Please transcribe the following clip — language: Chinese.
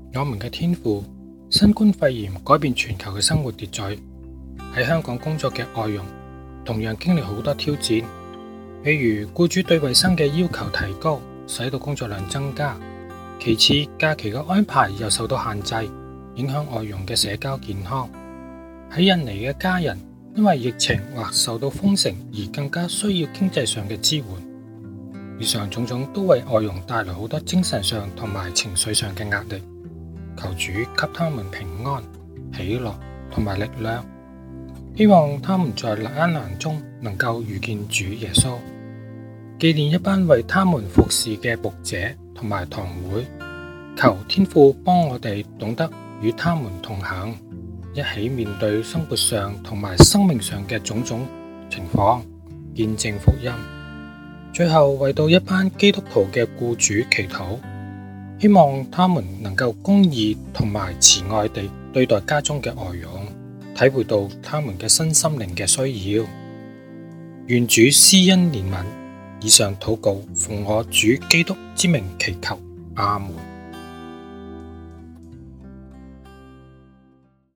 我們嘅天父，新冠肺炎改變全球嘅生活秩序，喺香港工作嘅外傭同樣經歷好多挑戰，譬如僱主對衛生嘅要求提高，使到工作量增加；其次，假期嘅安排又受到限制，影響外傭嘅社交健康。喺印尼嘅家人因為疫情或受到封城而更加需要經濟上嘅支援。以上種種都為外傭帶來好多精神上同埋情緒上嘅壓力。求主給他們平安、喜樂同埋力量，希望他們在艱難中能夠遇見主耶穌。紀念一班為他們服侍嘅牧者同埋堂會，求天父幫我哋懂得與他們同行，一起面對生活上同埋生命上嘅種種情況，見證福音。最後為到一班基督徒嘅僱主祈禱，希望他們能夠公義同埋慈愛地對待家中嘅外傭，體會到他們嘅身心靈嘅需要。願主施恩憐憫。以上禱告奉我主基督之名祈求，阿門。